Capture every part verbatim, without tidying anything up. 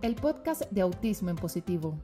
el podcast de Autismo en Positivo.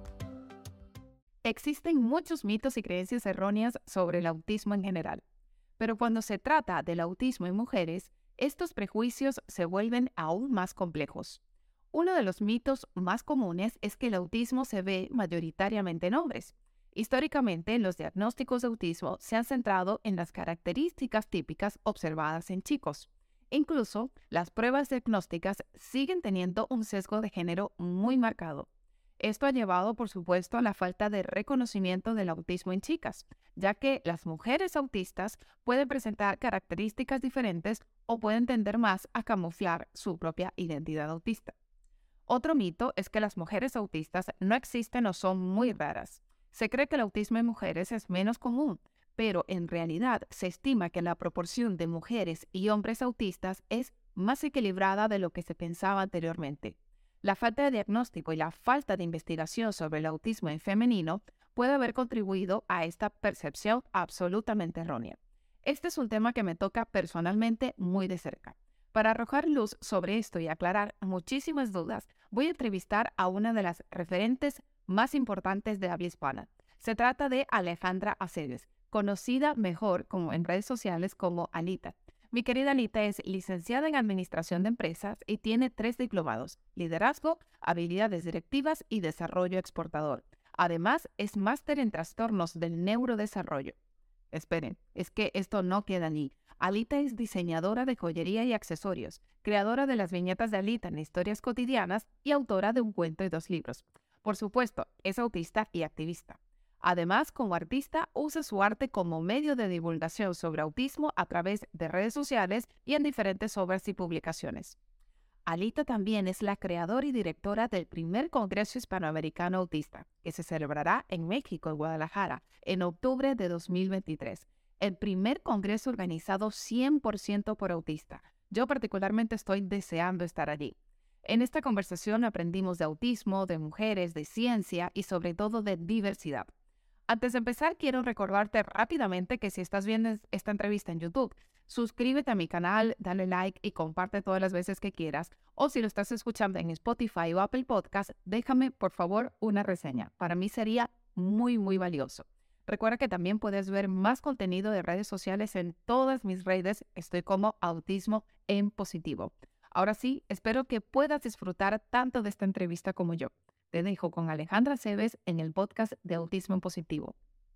Existen muchos mitos y creencias erróneas sobre el autismo en general, pero cuando se trata del autismo en mujeres, estos prejuicios se vuelven aún más complejos. Uno de los mitos más comunes es que el autismo se ve mayoritariamente en hombres. Históricamente, los diagnósticos de autismo se han centrado en las características típicas observadas en chicos. Incluso, las pruebas diagnósticas siguen teniendo un sesgo de género muy marcado. Esto ha llevado, por supuesto, a la falta de reconocimiento del autismo en chicas, ya que las mujeres autistas pueden presentar características diferentes o pueden tender más a camuflar su propia identidad autista. Otro mito es que las mujeres autistas no existen o son muy raras. Se cree que el autismo en mujeres es menos común, pero en realidad se estima que la proporción de mujeres y hombres autistas es más equilibrada de lo que se pensaba anteriormente. La falta de diagnóstico y la falta de investigación sobre el autismo en femenino puede haber contribuido a esta percepción absolutamente errónea. Este es un tema que me toca personalmente muy de cerca. Para arrojar luz sobre esto y aclarar muchísimas dudas, voy a entrevistar a una de las referentes más importantes de habla hispana. Se trata de Alejandra Aceves, conocida mejor como en redes sociales como Alita. Mi querida Alita es licenciada en Administración de Empresas y tiene tres diplomados: Liderazgo, Habilidades Directivas y Desarrollo Exportador. Además, es máster en Trastornos del Neurodesarrollo. Esperen, es que esto no queda allí. Alita es diseñadora de joyería y accesorios, creadora de las viñetas de Alita en Historias Cotidianas y autora de un cuento y dos libros. Por supuesto, es autista y activista. Además, como artista, usa su arte como medio de divulgación sobre autismo a través de redes sociales y en diferentes obras y publicaciones. Alita también es la creadora y directora del primer Congreso Hispanoamericano Autista, que se celebrará en México, en Guadalajara, en octubre de dos mil veintitrés. El primer congreso organizado cien por ciento por autistas. Yo particularmente estoy deseando estar allí. En esta conversación aprendimos de autismo, de mujeres, de ciencia y sobre todo de diversidad. Antes de empezar, quiero recordarte rápidamente que si estás viendo esta entrevista en YouTube, suscríbete a mi canal, dale like y comparte todas las veces que quieras. O si lo estás escuchando en Spotify o Apple Podcast, déjame por favor una reseña. Para mí sería muy, muy valioso. Recuerda que también puedes ver más contenido de redes sociales en todas mis redes. Estoy como Autismo en Positivo. Ahora sí, espero que puedas disfrutar tanto de esta entrevista como yo. Te dejo con Alejandra Aceves en el podcast de Autismo en Positivo.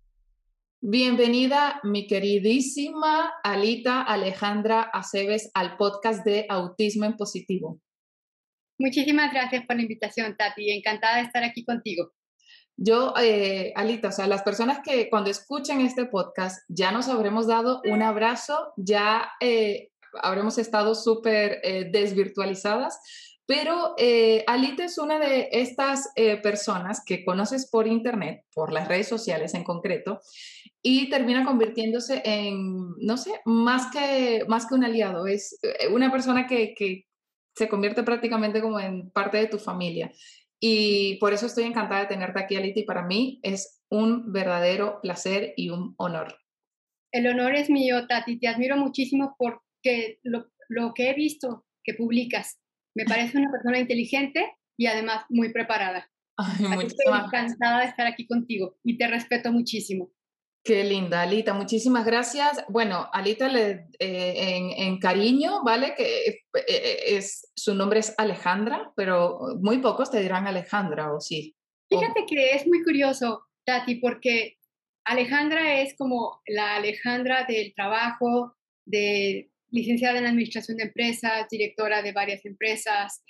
Bienvenida, mi queridísima Alita Alejandra Aceves, al podcast de Autismo en Positivo. Muchísimas gracias por la invitación, Tati. Encantada de estar aquí contigo. Yo, eh, Alita, o sea, las personas que cuando escuchen este podcast ya nos habremos dado un abrazo, ya eh, habremos estado súper eh, desvirtualizadas, pero eh, Alita es una de estas eh, personas que conoces por internet, por las redes sociales en concreto, y termina convirtiéndose en, no sé, más que, más que un aliado, es una persona que, que se convierte prácticamente como en parte de tu familia. Y por eso estoy encantada de tenerte aquí, Alita, y para mí es un verdadero placer y un honor. El honor es mío, Tati. Te admiro muchísimo porque lo, lo que he visto que publicas me parece una persona inteligente y además muy preparada. Ay, Así que estoy encantada de estar aquí contigo y te respeto muchísimo. Qué linda, Alita, muchísimas gracias. Bueno, Alita, le, eh, en, en cariño, ¿vale? Que eh, es, su nombre es Alejandra, pero muy pocos te dirán Alejandra, ¿o sí? Fíjate que es muy curioso, Tati, porque Alejandra es como la Alejandra del trabajo, de licenciada en Administración de Empresas, directora de varias empresas,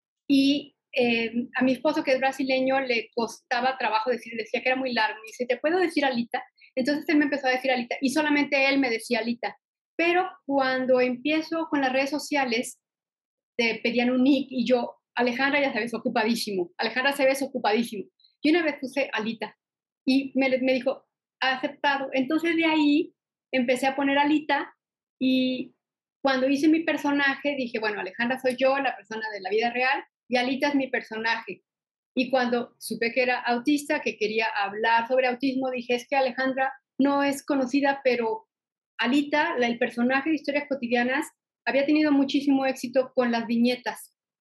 y eh, a mi esposo, que es brasileño, le costaba trabajo decir, decía que era muy largo, y dice, ¿te puedo decir Alita? Entonces él me empezó a decir Alita, y solamente él me decía Alita. Pero cuando empiezo con las redes sociales, te pedían un nick, y yo, Alejandra, ya sabes, ocupadísimo, Alejandra se ves ocupadísimo. Y una vez puse Alita, y me, me dijo, aceptado. Entonces de ahí empecé a poner Alita, y cuando hice mi personaje, dije, bueno, Alejandra soy yo, la persona de la vida real, y Alita es mi personaje. Y cuando supe que era autista, que quería hablar sobre autismo, dije, es que Alejandra no es conocida, pero Alita, la, el personaje de Historias Cotidianas, había tenido muchísimo éxito con las viñetas.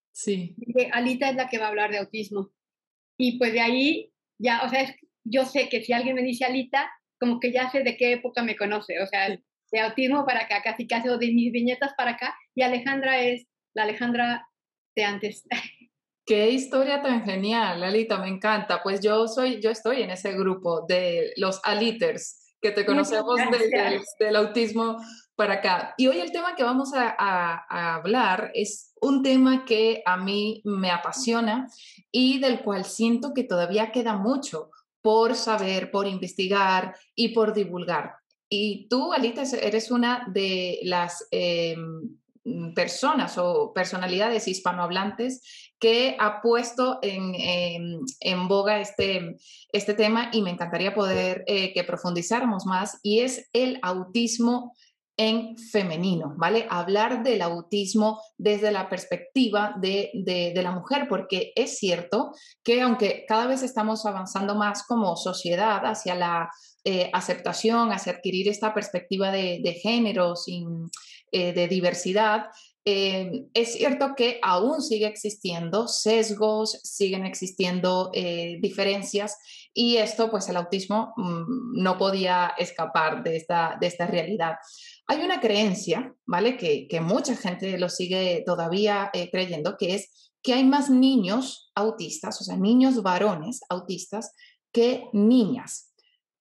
Sí. Que Alita es la que va a hablar de autismo. Y pues de ahí, ya, o sea, es, yo sé que si alguien me dice Alita, como que ya sé de qué época me conoce, o sea, Sí. de autismo para acá, casi casi, o de mis viñetas para acá, y Alejandra es la Alejandra de antes. Qué historia tan genial, Alita, me encanta. Pues yo soy, yo estoy en ese grupo de los Aliters, que te Muchas conocemos desde el gracias. del autismo para acá. Y hoy el tema que vamos a, a- a hablar es un tema que a mí me apasiona y del cual siento que todavía queda mucho por saber, por investigar y por divulgar. Y tú, Alita, eres una de las em, personas o personalidades hispanohablantes que ha puesto en, en, en boga este, este tema y me encantaría poder eh, que profundizáramos más y es el autismo en femenino, ¿vale? Hablar del autismo desde la perspectiva de, de, de la mujer, porque es cierto que aunque cada vez estamos avanzando más como sociedad hacia la eh, aceptación, hacia adquirir esta perspectiva de, de género, sin, eh, de diversidad, eh, es cierto que aún sigue existiendo sesgos, siguen existiendo eh, diferencias y esto, pues el autismo mmm, no podía escapar de esta, de esta realidad. Hay una creencia, ¿vale? Que, que mucha gente lo sigue todavía eh, creyendo, que es que hay más niños autistas, o sea, niños varones autistas, que niñas.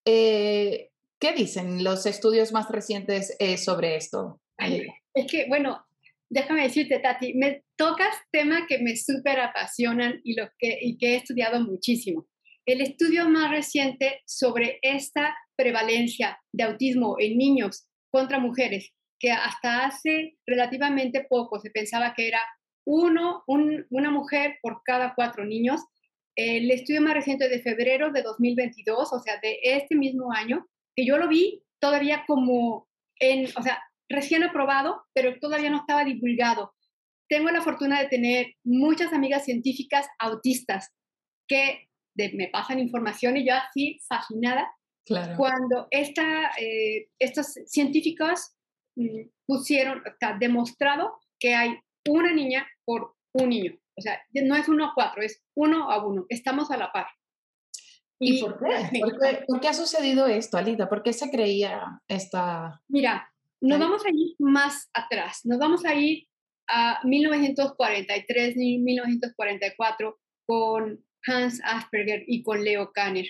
Eh, ¿Qué dicen los estudios más recientes eh, sobre esto, Alita? Es que, bueno, déjame decirte, Tati, me tocas temas que me súper apasionan y, lo que, y que he estudiado muchísimo. El estudio más reciente sobre esta prevalencia de autismo en niños contra mujeres, que hasta hace relativamente poco se pensaba que era uno, un, una mujer por cada cuatro niños. El estudio más reciente de febrero de dos mil veintidós, o sea, de este mismo año, que yo lo vi todavía como en, o sea, recién aprobado, pero todavía no estaba divulgado. Tengo la fortuna de tener muchas amigas científicas autistas que de, me pasan información y yo así fascinada Claro. cuando esta, eh, estos científicos mm, pusieron, está demostrado que hay una niña por un niño. O sea, no es uno a cuatro, es uno a uno. Estamos a la par. ¿Y Y por qué? ¿Por qué, por qué ha sucedido esto, Alita? ¿Por qué se creía esta... mira, nos vamos a ir más atrás. Nos vamos a ir a mil novecientos cuarenta y tres, mil novecientos cuarenta y cuatro con Hans Asperger y con Leo Kanner.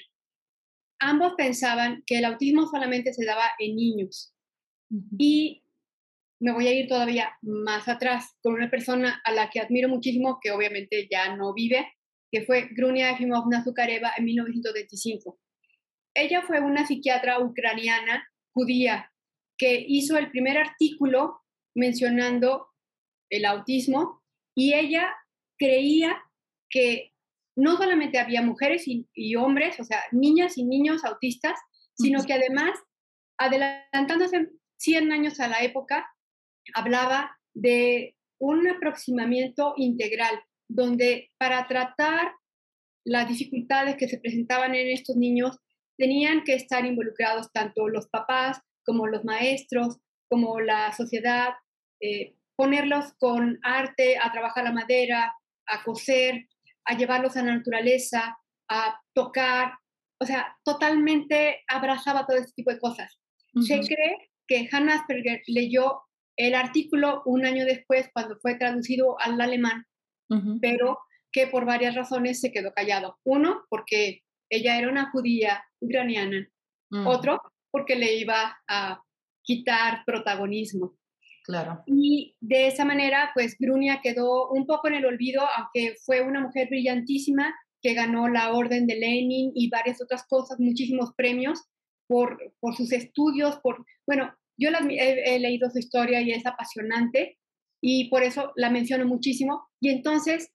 Ambos pensaban que el autismo solamente se daba en niños. Uh-huh. Y me voy a ir todavía más atrás con una persona a la que admiro muchísimo, que obviamente ya no vive, que fue Grunia Efimovna Zukareva en mil novecientos veinticinco. Ella fue una psiquiatra ucraniana judía que hizo el primer artículo mencionando el autismo y ella creía que no solamente había mujeres y, y hombres, o sea, niñas y niños autistas, sino que además, adelantándose cien años a la época, hablaba de un aproximamiento integral, donde para tratar las dificultades que se presentaban en estos niños, tenían que estar involucrados tanto los papás como los maestros, como la sociedad, eh, ponerlos con arte, a trabajar la madera, a coser, a llevarlos a la naturaleza, a tocar, o sea, totalmente abrazaba todo este tipo de cosas. Uh-huh. Se cree que Hannah Asperger leyó el artículo un año después cuando fue traducido al alemán, uh-huh. pero que por varias razones se quedó callado. Uno, porque ella era una judía ucraniana. Uh-huh. Otro, porque le iba a quitar protagonismo. Claro. Y de esa manera, pues Grunia quedó un poco en el olvido, aunque fue una mujer brillantísima que ganó la Orden de Lenin y varias otras cosas, muchísimos premios por, por sus estudios, por, bueno, yo la, he, he leído su historia y es apasionante y por eso la menciono muchísimo. Y entonces,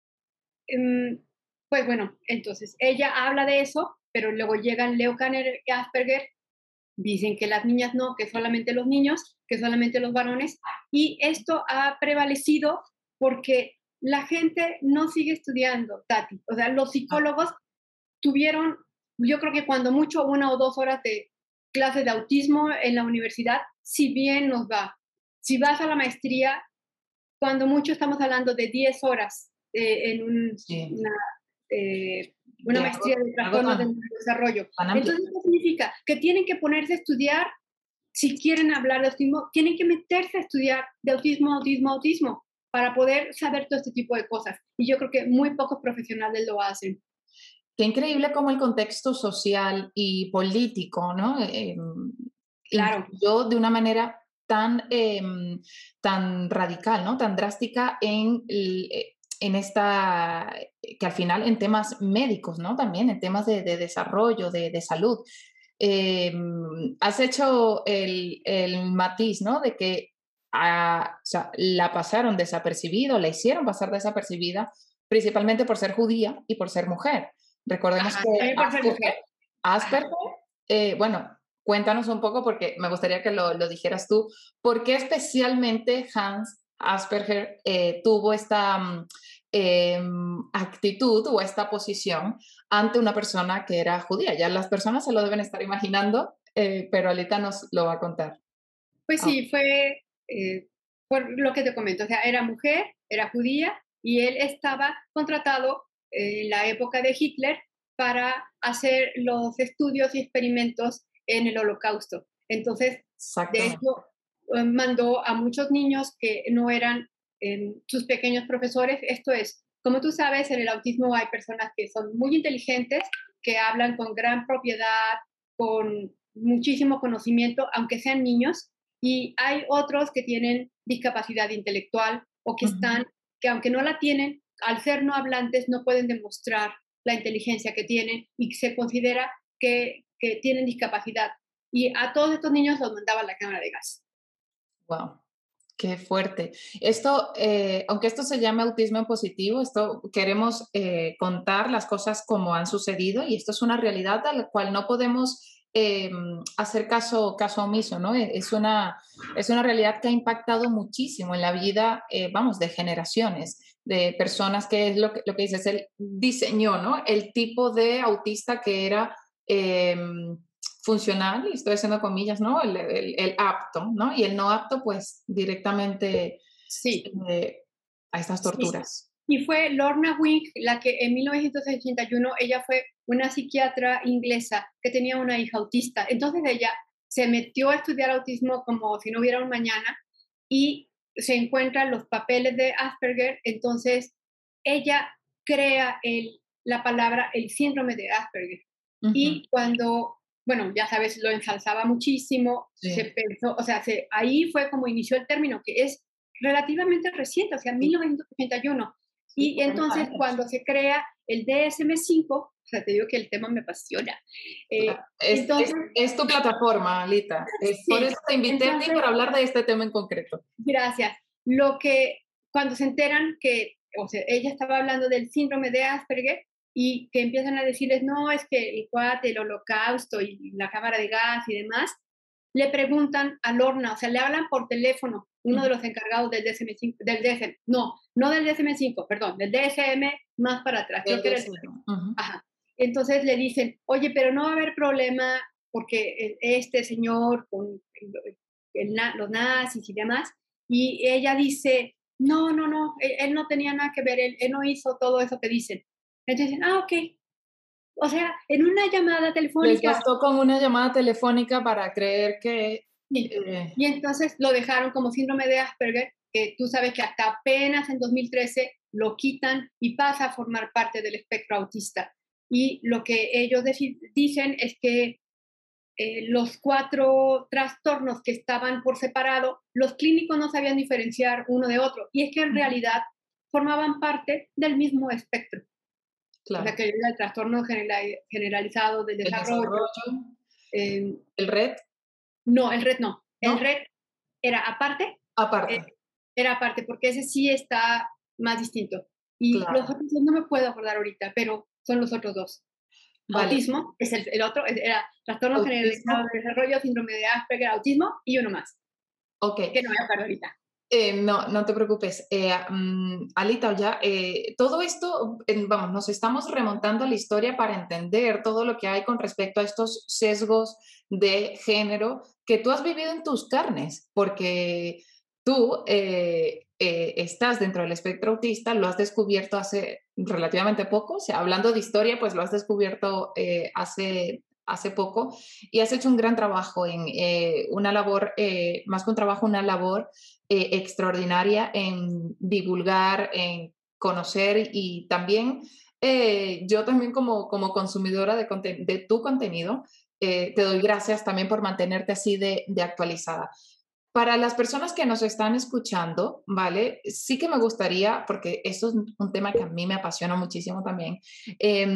um, pues bueno, entonces ella habla de eso, pero luego llegan Leo Kanner y Asperger, dicen que las niñas no, que solamente los niños, que solamente los varones, y esto ha prevalecido porque la gente no sigue estudiando, Tati. O sea, los psicólogos tuvieron, yo creo que cuando mucho, una o dos horas de clase de autismo en la universidad, si bien nos va. Si vas a la maestría, cuando mucho estamos hablando de diez horas eh, en un, Sí. una, eh, una De maestría algo, de algo trastornos tan, del desarrollo. tan amplio. Entonces, ¿qué significa? Que tienen que ponerse a estudiar, si quieren hablar de autismo, tienen que meterse a estudiar de autismo, autismo, autismo, para poder saber todo este tipo de cosas. Y yo creo que muy pocos profesionales lo hacen. Qué increíble cómo el contexto social y político, ¿no? Eh, Claro. influyó de una manera tan, eh, tan radical, ¿no? Tan drástica en, el- eh, en esta, que al final en temas médicos, ¿no? También en temas de, de desarrollo, de, de salud. Eh, has hecho el, el matiz, ¿no? De que ah, o sea, la pasaron desapercibida, la hicieron pasar desapercibida, principalmente por ser judía y por ser mujer. Recordemos Ajá, que también por ser mujer. Asperger, Ajá. eh, bueno, cuéntanos un poco porque me gustaría que lo, lo dijeras tú. ¿Por qué especialmente Hans Asperger eh, tuvo esta mm, em, actitud o esta posición ante una persona que era judía? Ya las personas se lo deben estar imaginando, eh, pero Alita nos lo va a contar. Pues Ah, sí, fue eh, por lo que te comento, o sea, era mujer, era judía y él estaba contratado eh, en la época de Hitler para hacer los estudios y experimentos en el Holocausto. Entonces, de exactamente. hecho, eh, mandó a muchos niños que no eran eh, sus pequeños profesores. Esto es, como tú sabes, en el autismo hay personas que son muy inteligentes, que hablan con gran propiedad, con muchísimo conocimiento, aunque sean niños, y hay otros que tienen discapacidad intelectual o que Ujú. están, que aunque no la tienen, al ser no hablantes no pueden demostrar la inteligencia que tienen y se considera que, que tienen discapacidad. Y a todos estos niños los mandaba a la cámara de gas. Wow, qué fuerte. Esto, eh, aunque esto se llame autismo en positivo, esto queremos eh, contar las cosas como han sucedido y esto es una realidad a la cual no podemos eh, hacer caso, caso omiso, ¿no? E, Es una, es una realidad que ha impactado muchísimo en la vida, eh, vamos, de generaciones, de personas que es lo que, lo que dices, él diseñó, ¿no? El tipo de autista que era... Eh, funcional, y estoy haciendo comillas, ¿no? El, el, el apto, ¿no? Y el no apto, pues directamente Sí, eh, a estas sí. torturas. Y fue Lorna Wing la que en mil novecientos ochenta y uno, ella fue una psiquiatra inglesa que tenía una hija autista. Entonces ella se metió a estudiar autismo como si no hubiera un mañana y se encuentran los papeles de Asperger. Entonces ella crea el, la palabra el síndrome de Asperger. Ujú, Y cuando, bueno, ya sabes, lo ensalzaba muchísimo, se sí, pensó, o sea, se, ahí fue como inició el término, que es relativamente reciente, o sea, sí, mil novecientos ochenta y uno. sí, Y cuarenta entonces años. cuando se crea el D S M cinco, o sea, te digo que el tema me apasiona. Eh, Claro. Es, es, entonces, es tu plataforma, Alita. Es por eso sí, te invité a ti entonces, para hablar de este tema en concreto. gracias. Lo que, cuando se enteran que, o sea, ella estaba hablando del síndrome de Asperger y que empiezan a decirles, no, es que el cuate, el holocausto y la cámara de gas y demás, le preguntan a Lorna, o sea, le hablan por teléfono, uno de Ujú, los encargados del D S M cinco, del D S M, no, no del D S M cinco, perdón, del D S M más para atrás, creo el que era el, deseo. Ujú, ajá. Entonces le dicen, oye, pero no va a haber problema porque este señor con el- el los nazis y demás, y ella dice, no, no, no, él, él no tenía nada que ver, él, él, no hizo todo eso que dicen. Entonces dicen, ah, ok. O sea, en una llamada les telefónica. bastó con una llamada telefónica para creer que... Sí. eh, Y entonces lo dejaron como síndrome de Asperger, que tú sabes que hasta apenas en dos mil trece lo quitan y pasa a formar parte del espectro autista. Y lo que ellos dicen es que eh, los cuatro trastornos que estaban por separado, los clínicos no sabían diferenciar uno de otro. Y es que en ujú, realidad formaban parte del mismo espectro. O sea, claro. que era el trastorno generalizado del El desarrollo. desarrollo, Eh, el red, no, el red no. El ¿no? red era aparte, eh, Aparte, era aparte, porque ese sí está más distinto. Y los claro. otros dos no me puedo acordar ahorita, pero son los otros dos. Vale. Autismo, es el, el otro, era trastorno Autismo, generalizado de desarrollo, síndrome de Asperger, autismo y uno más, ok. que no me acuerdo ahorita. Eh, no, no te preocupes. Eh, mm, Alita, ya, eh, todo esto, eh, vamos, nos estamos remontando a la historia para entender todo lo que hay con respecto a estos sesgos de género que tú has vivido en tus carnes, porque tú, eh, eh, estás dentro del espectro autista, lo has descubierto hace relativamente poco, o sea, hablando de historia, pues lo has descubierto eh, hace, hace poco y has hecho un gran trabajo en eh, una labor, eh, más que un trabajo, una labor eh, extraordinaria en divulgar, en conocer y también eh, yo también como, como consumidora de, conten de tu contenido, eh, te doy gracias también por mantenerte así de, de actualizada. Para las personas que nos están escuchando, ¿vale? Sí que me gustaría, porque esto es un tema que a mí me apasiona muchísimo también, eh,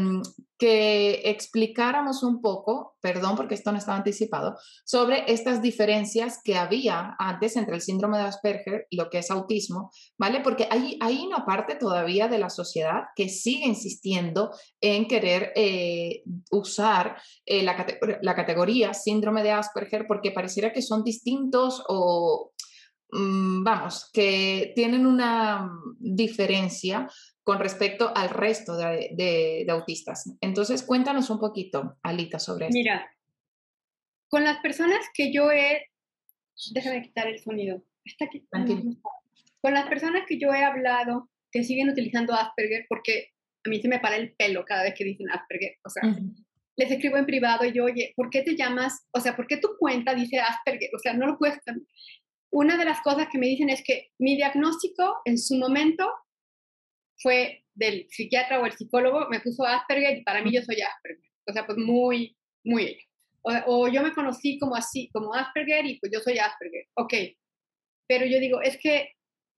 que explicáramos un poco, perdón porque esto no estaba anticipado, sobre estas diferencias que había antes entre el síndrome de Asperger y lo que es autismo, ¿vale? Porque hay, hay una parte todavía de la sociedad que sigue insistiendo en querer eh, usar eh, la, cate la categoría síndrome de Asperger porque pareciera que son distintos o, mmm, vamos, que tienen una diferencia con respecto al resto de, de, de autistas. Entonces, cuéntanos un poquito, Alita, sobre esto. Mira, con las personas que yo he... Déjame quitar el sonido. Está aquí. Tranquilo. No, no. Con las personas que yo he hablado que siguen utilizando Asperger, porque a mí se me para el pelo cada vez que dicen Asperger, o sea, uh-huh. les escribo en privado y yo, oye, ¿por qué te llamas? O sea, ¿por qué tu cuenta dice Asperger? O sea, no lo puedes... Una de las cosas que me dicen es que mi diagnóstico en su momento fue del psiquiatra o el psicólogo, me puso Asperger y para mí yo soy Asperger. O sea, pues muy, muy ella. O, o yo me conocí como así, como Asperger y pues yo soy Asperger. Ok. Pero yo digo, es que,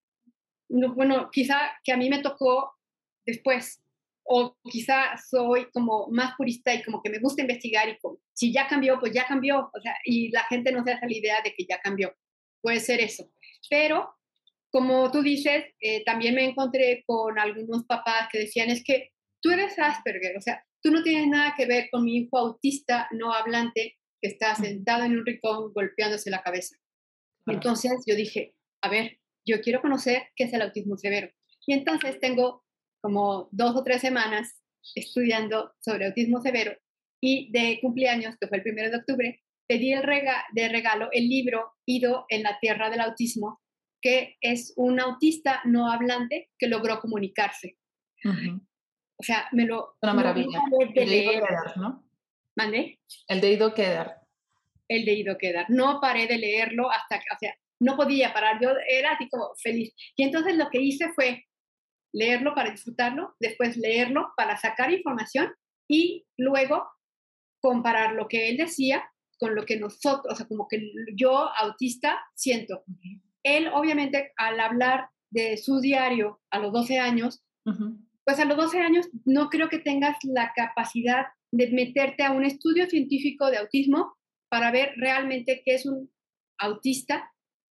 no, bueno, quizá que a mí me tocó después. O quizá soy como más purista y como que me gusta investigar y como, si ya cambió, pues ya cambió. O sea, y la gente no se hace la idea de que ya cambió. Puede ser eso. Pero, como tú dices, eh, también me encontré con algunos papás que decían, es que tú eres Asperger, o sea, tú no tienes nada que ver con mi hijo autista no hablante que está sentado en un rincón golpeándose la cabeza. Uh-huh. Entonces yo dije, a ver, yo quiero conocer qué es el autismo severo. Y entonces tengo como dos o tres semanas estudiando sobre autismo severo y de cumpleaños, que fue el primero de octubre, pedí el rega de regalo el libro Ido en la Tierra del Autismo, que es un autista no hablante que logró comunicarse. Uh-huh. O sea, me lo... Una maravilla. No el de Ido Quedar, ¿no? ¿Mandé? El de Ido Quedar. El de Ido Quedar. No paré de leerlo hasta que, o sea, no podía parar. Yo era así como feliz. Y entonces lo que hice fue leerlo para disfrutarlo, después leerlo para sacar información y luego comparar lo que él decía con lo que nosotros, o sea, como que yo, autista, siento. Uh-huh. Él, obviamente, al hablar de su diario a los doce años, uh-huh. pues a los doce años no creo que tengas la capacidad de meterte a un estudio científico de autismo para ver realmente qué es un autista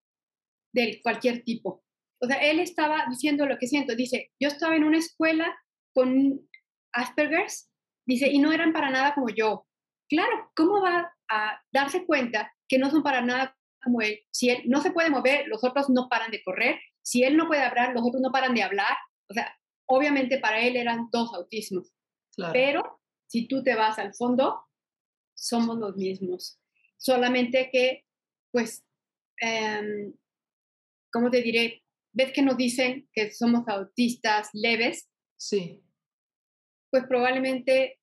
de cualquier tipo. O sea, él estaba diciendo lo que siento. Dice, yo estaba en una escuela con Asperger's, dice, y no eran para nada como yo. Claro, ¿cómo va a darse cuenta que no son para nada como él? Si él no se puede mover, los otros no paran de correr. Si él no puede hablar, los otros no paran de hablar. O sea, obviamente para él eran dos autismos. Claro. Pero si tú te vas al fondo, somos los mismos. Solamente que, pues, eh, ¿cómo te diré? ¿Ves que nos dicen que somos autistas leves? Sí. Pues probablemente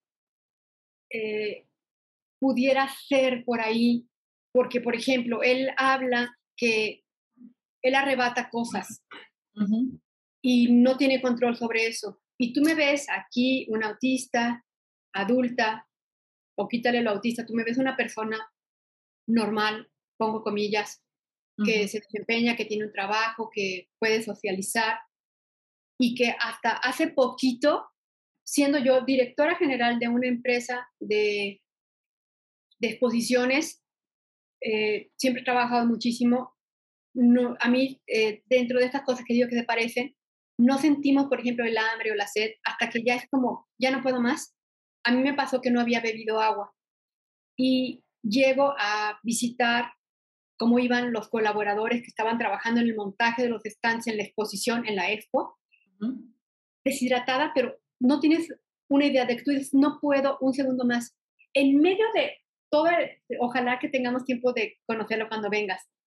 eh, pudiera ser por ahí, porque, por ejemplo, él habla que él arrebata cosas uh-huh. y no tiene control sobre eso. Y tú me ves aquí, una autista, adulta, o quítale lo autista, tú me ves una persona normal, pongo comillas, que uh-huh. se desempeña, que tiene un trabajo, que puede socializar y que hasta hace poquito, siendo yo directora general de una empresa de, de exposiciones, eh, siempre he trabajado muchísimo. No, a mí, eh, dentro de estas cosas que digo que se parecen, no sentimos, por ejemplo, el hambre o la sed hasta que ya es como, ya no puedo más. A mí me pasó que no había bebido agua y llego a visitar cómo iban los colaboradores que estaban trabajando en el montaje de los stands en la exposición, en la expo, uh-huh. deshidratada, pero no tienes una idea de que tú dices, no puedo un segundo más. En medio de todo, ojalá que tengamos tiempo de conocerlo cuando vengas,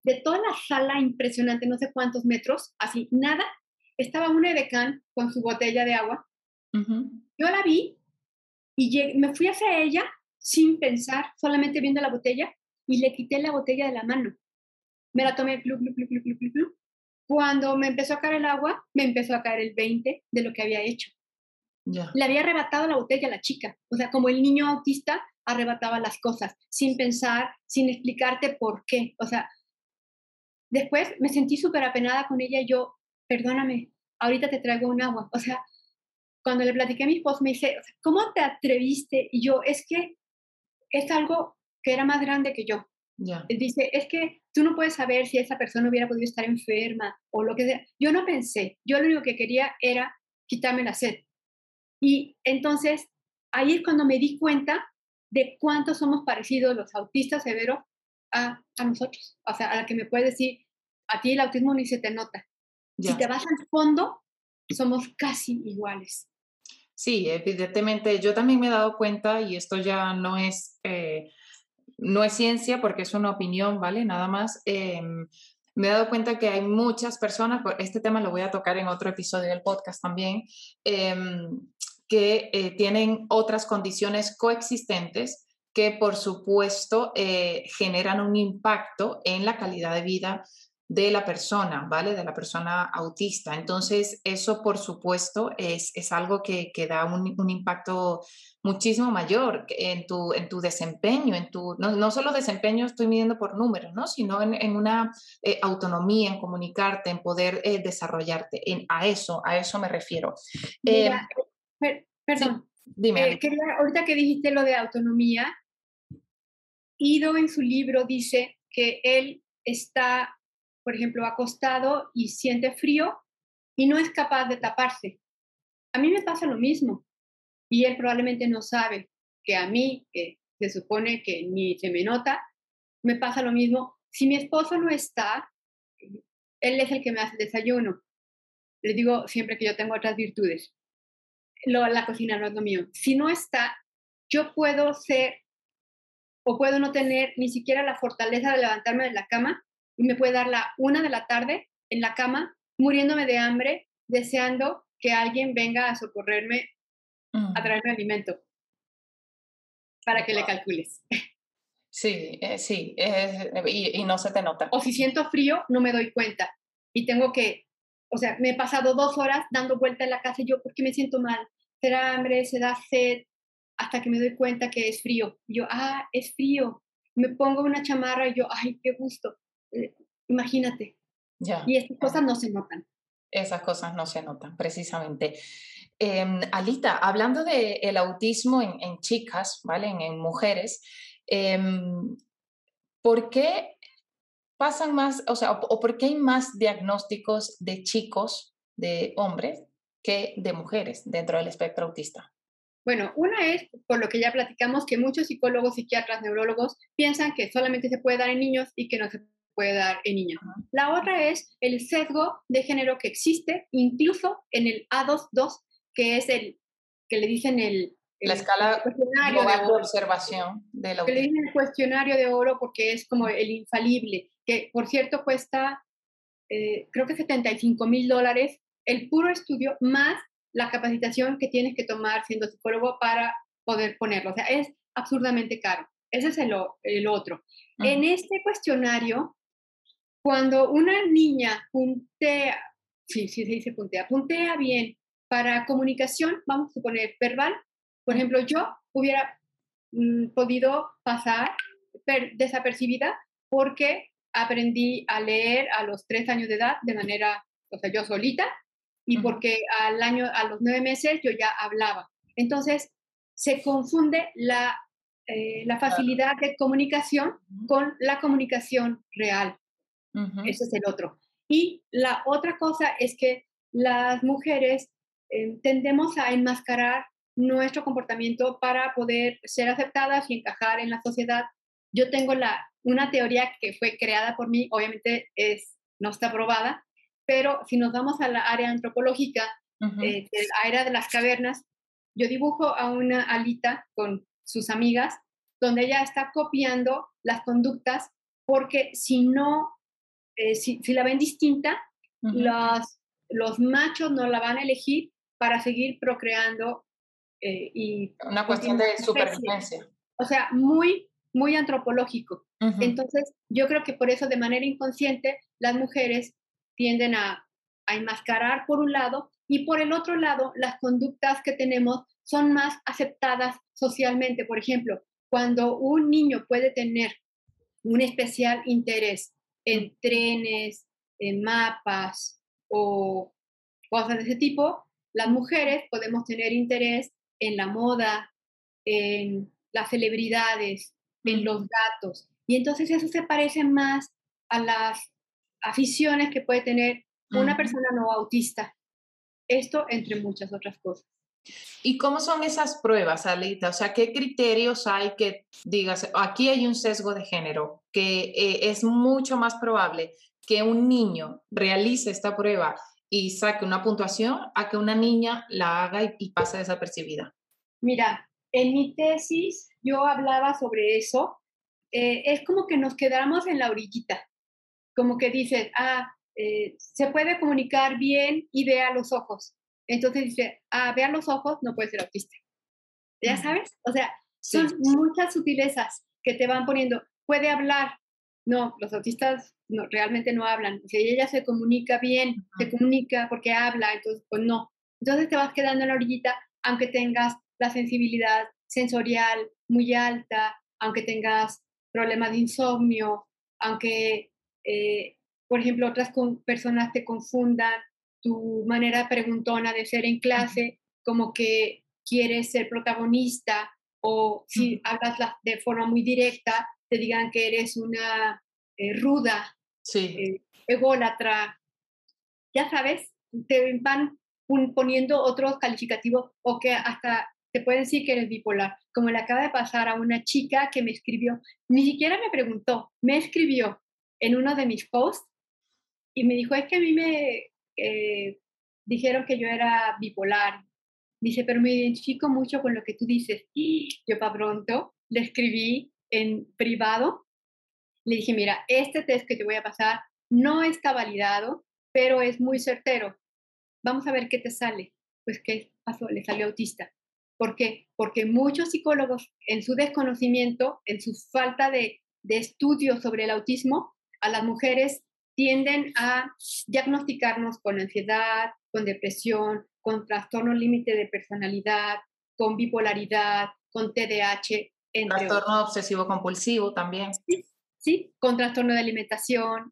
de toda la sala impresionante, no sé cuántos metros, así, nada, estaba una edecán con su botella de agua. Uh-huh. Yo la vi y llegué, me fui hacia ella sin pensar, solamente viendo la botella, y le quité la botella de la mano. Me la tomé, plu, plu, plu, plu, plu, plu, plu. Cuando me empezó a caer el agua, me empezó a caer el veinte de lo que había hecho. Yeah. Le había arrebatado la botella a la chica. O sea, como el niño autista arrebataba las cosas, sin pensar, sin explicarte por qué. O sea, después me sentí súper apenada con ella. Yo, perdóname, ahorita te traigo un agua. O sea, cuando le platiqué a mi esposo, me dice, ¿cómo te atreviste? Y yo, es que es algo que era más grande que yo. Yeah. Dice, es que tú no puedes saber si esa persona hubiera podido estar enferma o lo que sea. Yo no pensé. Yo lo único que quería era quitarme la sed. Y entonces, ahí es cuando me di cuenta de cuánto somos parecidos los autistas severos a, a nosotros. O sea, a la que me puede decir, a ti el autismo ni se te nota. Yeah. Si te vas al fondo, somos casi iguales. Sí, evidentemente. Yo también me he dado cuenta, y esto ya no es, eh, no es ciencia porque es una opinión, ¿vale? Nada más. Eh, me he dado cuenta que hay muchas personas, este tema lo voy a tocar en otro episodio del podcast también, eh, que eh, tienen otras condiciones coexistentes que, por supuesto, eh, generan un impacto en la calidad de vida de la persona, ¿vale? De la persona autista. Entonces, eso, por supuesto, es, es algo que, que da un, un impacto muchísimo mayor en tu, en tu desempeño, en tu, no, no solo desempeño estoy midiendo por números, ¿no? Sino en, en una eh, autonomía, en comunicarte, en poder eh, desarrollarte. En, a eso, a eso me refiero. Mira, Eh, per, perdón, sí, dime. eh, quería, ahorita que dijiste lo de autonomía, Ido en su libro dice que él está, por ejemplo, acostado y siente frío y no es capaz de taparse. A mí me pasa lo mismo y él probablemente no sabe que a mí, que se supone que ni se me nota, me pasa lo mismo. Si mi esposo no está, él es el que me hace el desayuno. Les digo siempre que yo tengo otras virtudes. Lo, la cocina no es lo mío. Si no está, yo puedo ser o puedo no tener ni siquiera la fortaleza de levantarme de la cama y me puede dar la una de la tarde en la cama, muriéndome de hambre, deseando que alguien venga a socorrerme, Mm. a traerme alimento, para que le calcules. Sí, eh, sí, eh, y, y no se te nota. O si siento frío, no me doy cuenta. Y tengo que, o sea, me he pasado dos horas dando vuelta en la casa y yo, ¿por qué me siento mal? ¿Será hambre? ¿Será sed? Hasta que me doy cuenta que es frío. Y yo, ah, es frío. Me pongo una chamarra y yo, ay, qué gusto. Eh, imagínate. Ya. Y estas cosas no se notan. Esas cosas no se notan, precisamente. Eh, Alita, hablando del autismo en, en chicas, ¿vale? En, en mujeres, eh, ¿por qué pasan más, o sea, o, o por qué hay más diagnósticos de chicos, de hombres, que de mujeres dentro del espectro autista? Bueno, una es, por lo que ya platicamos, que muchos psicólogos, psiquiatras, neurólogos piensan que solamente se puede dar en niños y que no se puede dar en niñas. Uh-huh. La otra es el sesgo de género que existe incluso en el A dos dos, que es el que le dicen el... el la escala cuestionario global de, de observación del autismo. Que le dicen el cuestionario de oro porque es como el infalible, que por cierto cuesta, eh, creo que setenta y cinco mil dólares el puro estudio más la capacitación que tienes que tomar siendo psicólogo para poder ponerlo. O sea, es absurdamente caro. Ese es el, el otro. Uh-huh. En este cuestionario, cuando una niña puntea, sí, sí se dice puntea, puntea bien para comunicación, vamos a suponer verbal, por ejemplo, yo hubiera mm, podido pasar per, desapercibida porque aprendí a leer a los tres años de edad de manera, o sea, yo solita, y porque al año, a los nueve meses yo ya hablaba. Entonces, se confunde la, eh, la facilidad de comunicación con la comunicación real. Uh-huh. Ese es el otro. Y la otra cosa es que las mujeres eh, tendemos a enmascarar nuestro comportamiento para poder ser aceptadas y encajar en la sociedad. Yo tengo la, una teoría que fue creada por mí, obviamente es, no está probada, pero si nos vamos a la área antropológica, uh-huh. eh, de la era de las cavernas, yo dibujo a una Alita con sus amigas, donde ella está copiando las conductas, porque si no eh, si, si la ven distinta, Ujú. los, los machos no la van a elegir para seguir procreando eh, y Una cuestión continuar de la especie. supervivencia. O sea, muy, muy antropológico. Ujú. Entonces, yo creo que por eso de manera inconsciente las mujeres tienden a, a enmascarar por un lado y por el otro lado las conductas que tenemos son más aceptadas socialmente. Por ejemplo, cuando un niño puede tener un especial interés en trenes, en mapas o cosas de ese tipo, las mujeres podemos tener interés en la moda, en las celebridades, en Ujú. los gatos. Y entonces eso se parece más a las aficiones que puede tener una Ujú. persona no autista. Esto entre muchas otras cosas. ¿Y cómo son esas pruebas, Alita? O sea, ¿qué criterios hay que digas, aquí hay un sesgo de género, que eh, es mucho más probable que un niño realice esta prueba y saque una puntuación a que una niña la haga y, y pase desapercibida? Mira, en mi tesis yo hablaba sobre eso. Eh, es como que nos quedamos en la orillita, como que dices, ah, eh, se puede comunicar bien y ve a los ojos. Entonces dice, ah, ve a los ojos, no puede ser autista. ¿Ya Ujú. sabes? O sea, Sí, son muchas sutilezas que te van poniendo. Puede hablar. No, los autistas no, realmente no hablan. O sea, ella se comunica bien, se ujú. comunica porque habla, entonces, pues no. Entonces te vas quedando en la orillita, aunque tengas la sensibilidad sensorial muy alta, aunque tengas problemas de insomnio, aunque, eh, por ejemplo, otras con- personas te confundan tu manera preguntona de ser en clase, como que quieres ser protagonista o si Ujú. hablas la- de forma muy directa, te digan que eres una eh, ruda, Sí. eh, ególatra, ya sabes, te van un- poniendo otros calificativos o que hasta te pueden decir que eres bipolar, como le acaba de pasar a una chica que me escribió, ni siquiera me preguntó, me escribió en uno de mis posts y me dijo, es que a mí me eh, dijeron que yo era bipolar. Dice, pero me identifico mucho con lo que tú dices. Y yo para pronto le escribí en privado, le dije, mira, este test que te voy a pasar no está validado, pero es muy certero. Vamos a ver qué te sale. Pues, ¿qué pasó? Le salió autista. ¿Por qué? Porque muchos psicólogos, en su desconocimiento, en su falta de, de estudio sobre el autismo, a las mujeres tienden a diagnosticarnos con ansiedad, con depresión, con trastorno límite de personalidad, con bipolaridad, con T D A H, entre otros. Trastorno obsesivo compulsivo también. Sí, sí, con trastorno de alimentación,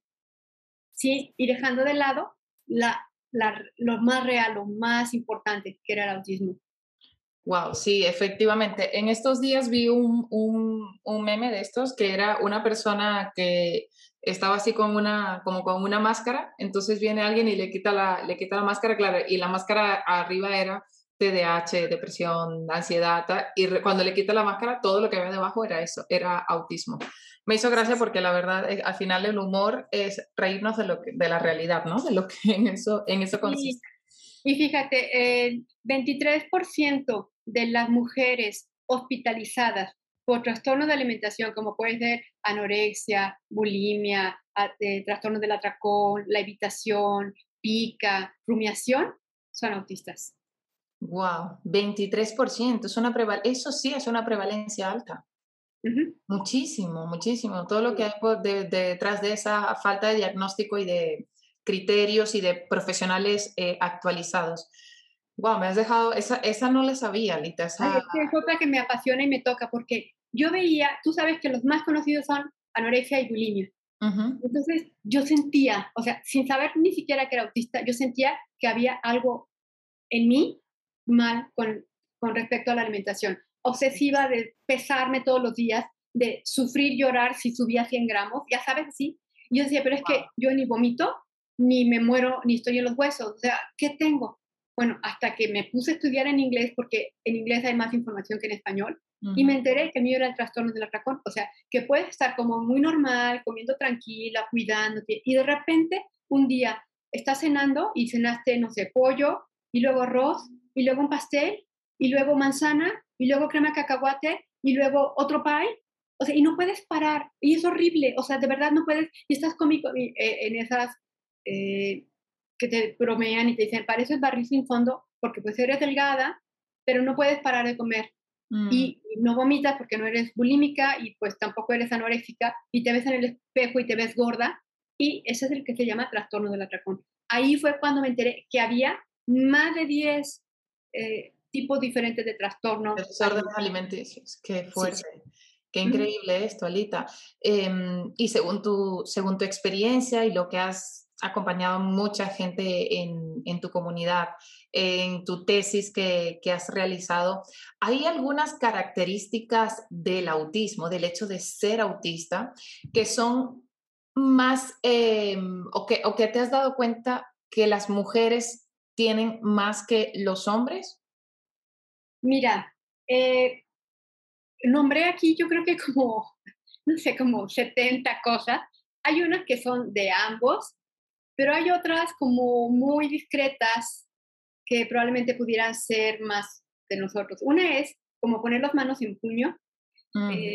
sí, y dejando de lado la, la, lo más real, lo más importante, que era el autismo. Wow, sí, efectivamente. En estos días vi un, un, un meme de estos que era una persona que estaba así con una, como con una máscara, entonces viene alguien y le quita la, le quita la máscara, claro, y la máscara arriba era T D A H, depresión, ansiedad, ta, y re- cuando le quita la máscara, todo lo que había debajo era eso, era autismo. Me hizo gracia porque la verdad, eh, al final el humor es reírnos de, lo que, de la realidad, ¿no? De lo que en eso, en eso Y, consiste. y fíjate, el veintitrés por ciento de las mujeres hospitalizadas por trastornos de alimentación, como puede ser anorexia, bulimia, a- eh, trastornos del atracón, la evitación, pica, rumiación, son autistas. Wow, veintitrés por ciento, es una preval- eso sí es una prevalencia alta. Ujú. Muchísimo, muchísimo. Todo lo que Sí. hay por de- de- detrás de esa falta de diagnóstico y de criterios y de profesionales eh, actualizados. Wow, me has dejado, esa, esa no la sabía, Lita, Ay, esa. es que es otra que me apasiona y me toca, porque yo veía, tú sabes que los más conocidos son anorexia y bulimia. Ujú. Entonces yo sentía, o sea, sin saber ni siquiera que era autista, yo sentía que había algo en mí mal con, con respecto a la alimentación. Obsesiva de pesarme todos los días, de sufrir, llorar si subía cien gramos, ya sabes, así. Yo decía, pero es que yo ni vomito, ni me muero, ni estoy en los huesos. O sea, ¿qué tengo? Bueno, hasta que me puse a estudiar en inglés, porque en inglés hay más información que en español, y me Ujú. enteré que el mío era el trastorno del atracón. O sea, que puedes estar como muy normal, comiendo tranquila, cuidándote, y de repente un día estás cenando y cenaste, no sé, pollo, y luego arroz, y luego un pastel, y luego manzana, y luego crema de cacahuate, y luego otro pie. o sea, y no puedes parar, y es horrible, o sea, de verdad no puedes, y estás conmigo eh, en esas eh, que te bromean y te dicen, pareces barril sin fondo, porque pues eres delgada, pero no puedes parar de comer. Mm. Y no vomitas porque no eres bulímica y pues tampoco eres anoréxica y te ves en el espejo y te ves gorda y ese es el que se llama trastorno del atracón. Ahí fue cuando me enteré que había más de diez eh, tipos diferentes de trastorno. Desórdenes alimenticios, qué fuerte. Sí, sí. Qué increíble esto, Alita. Eh, y según tu, según tu experiencia y lo que has acompañado a mucha gente en, en tu comunidad, en tu tesis que, que has realizado, ¿hay algunas características del autismo, del hecho de ser autista, que son más, eh, o, que, o que te has dado cuenta que las mujeres tienen más que los hombres? Mira, eh, nombré aquí yo creo que como, no sé, como setenta cosas. Hay unas que son de ambos, pero hay otras como muy discretas que probablemente pudieran ser más de nosotros. Una es como poner las manos en puño. Mm, Eh,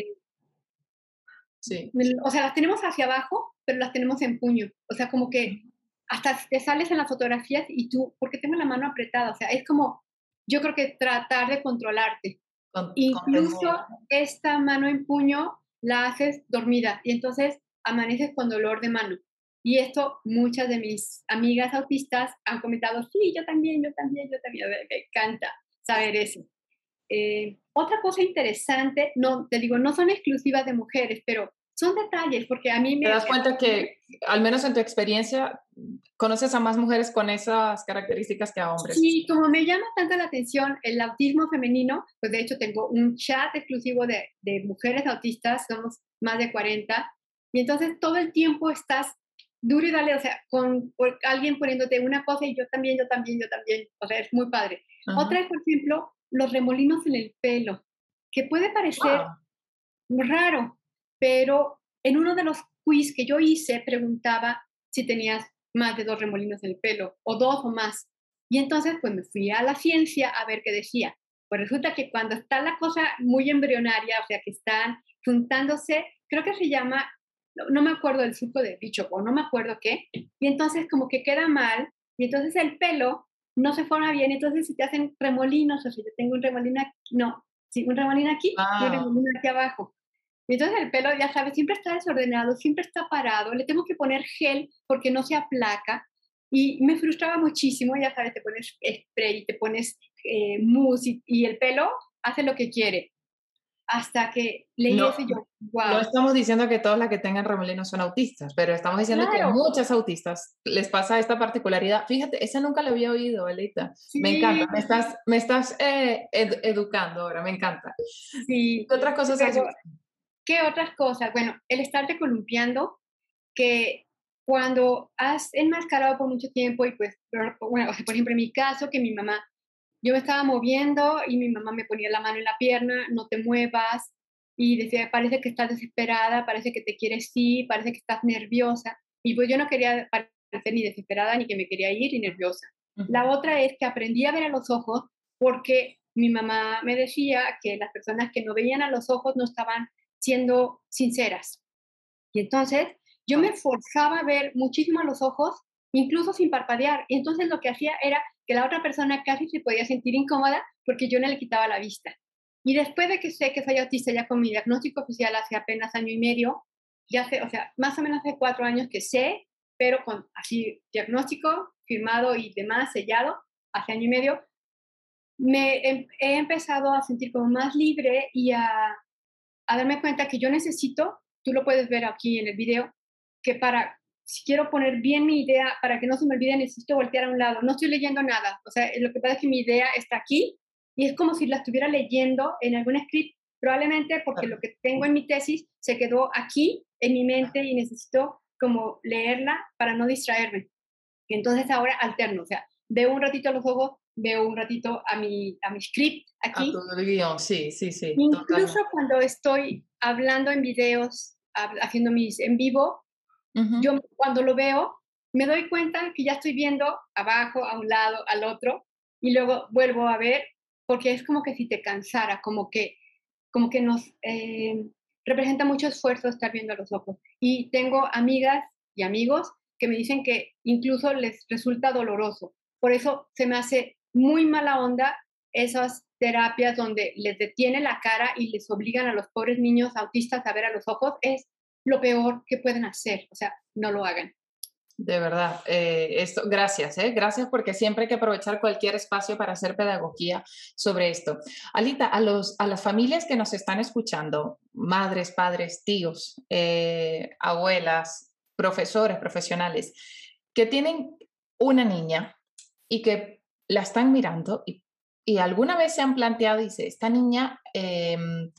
sí. o sea, las tenemos hacia abajo, pero las tenemos en puño. O sea, como que hasta te sales en las fotografías y tú, ¿por qué tengo la mano apretada? O sea, es como, yo creo que tratar de controlarte. Con, Incluso contener. esta mano en puño la haces dormida y entonces amaneces con dolor de mano. Y esto muchas de mis amigas autistas han comentado, sí, yo también, yo también, yo también. Me encanta saber eso. Eh, otra cosa interesante, no, te digo, no son exclusivas de mujeres, pero son detalles, porque a mí ¿Te me... das me cuenta que, al menos en tu experiencia, conoces a más mujeres con esas características que a hombres? Sí, como me llama tanto la atención el autismo femenino, pues de hecho tengo un chat exclusivo de, de mujeres autistas, somos más de cuarenta, y entonces todo el tiempo estás duro y dale, o sea, con, con alguien poniéndote una cosa y yo también, yo también, yo también, o sea, es muy padre. Ajá. Otra es, por ejemplo, los remolinos en el pelo, que puede parecer Wow. raro, pero en uno de los quiz que yo hice preguntaba si tenías más de dos remolinos en el pelo, o dos o más. Y entonces, pues me fui a la ciencia a ver qué decía. Pues resulta que cuando está la cosa muy embrionaria, o sea, que están juntándose, creo que se llama, no, no me acuerdo del suco de bicho, o no me acuerdo qué, y entonces como que queda mal, y entonces el pelo no se forma bien, entonces se te hacen remolinos, o sea, yo tengo un remolino aquí, no, sí, un remolino aquí y un Wow. remolino aquí abajo. Y entonces el pelo, ya sabes, siempre está desordenado, siempre está parado, le tengo que poner gel porque no se aplaca. Y me frustraba muchísimo, ya sabes, te pones spray, te pones eh, mousse y, y el pelo hace lo que quiere. Hasta que leí No, eso y yo, no wow, estamos diciendo que todas las que tengan remolinos son autistas, pero estamos diciendo que a claro, muchas autistas les pasa esta particularidad. Fíjate, esa nunca la había oído, Alita. Me encanta, sí, me estás, me estás eh, ed- educando ahora, me encanta. sí. ¿Qué otras cosas has Luego, visto? ¿qué otras cosas? Bueno, el estarte columpiando, que cuando has enmascarado por mucho tiempo y pues, bueno, o sea, por ejemplo, en mi caso, que mi mamá, yo me estaba moviendo y mi mamá me ponía la mano en la pierna, no te muevas, y decía, parece que estás desesperada, parece que te quieres ir, parece que estás nerviosa, y pues yo no quería parecer ni desesperada, ni que me quería ir, ni nerviosa. Ujú. La otra es que aprendí a ver a los ojos porque mi mamá me decía que las personas que no veían a los ojos no estaban siendo sinceras. Y entonces yo me forzaba a ver muchísimo a los ojos, incluso sin parpadear. Y entonces lo que hacía era que la otra persona casi se podía sentir incómoda porque yo no le quitaba la vista. Y después de que sé que soy autista ya con mi diagnóstico oficial hace apenas año y medio, ya sé, o sea, más o menos hace cuatro años que sé, pero con así diagnóstico firmado y demás sellado, hace año y medio, me he, he empezado a sentir como más libre y a, a darme cuenta que yo necesito, tú lo puedes ver aquí en el video, que para, si quiero poner bien mi idea, para que no se me olvide, necesito voltear a un lado. No estoy leyendo nada. O sea, lo que pasa es que mi idea está aquí y es como si la estuviera leyendo en algún script, probablemente porque lo que tengo en mi tesis se quedó aquí en mi mente y necesito como leerla para no distraerme. Y entonces ahora alterno, o sea, veo un ratito a los ojos, veo un ratito a mi, a mi script A tu aquí. guión, sí, sí, sí, Incluso totalmente. cuando estoy hablando en videos, haciendo mis en vivo, Ujú. yo cuando lo veo, me doy cuenta que ya estoy viendo abajo, a un lado, al otro, y luego vuelvo a ver, porque es como que si te cansara, como que, como que nos eh, representa mucho esfuerzo estar viendo a los ojos. Y tengo amigas y amigos que me dicen que incluso les resulta doloroso. Por eso se me hace muy mala onda esas terapias donde les detiene la cara y les obligan a los pobres niños autistas a ver a los ojos. Es lo peor que pueden hacer. O sea, no lo hagan. De verdad, eh, esto, gracias, eh, gracias porque siempre hay que aprovechar cualquier espacio para hacer pedagogía sobre esto. Alita, a, los, a las familias que nos están escuchando, madres, padres, tíos, eh, abuelas, profesores, profesionales, que tienen una niña y que la están mirando y, y alguna vez se han planteado, dice, esta niña... Eh,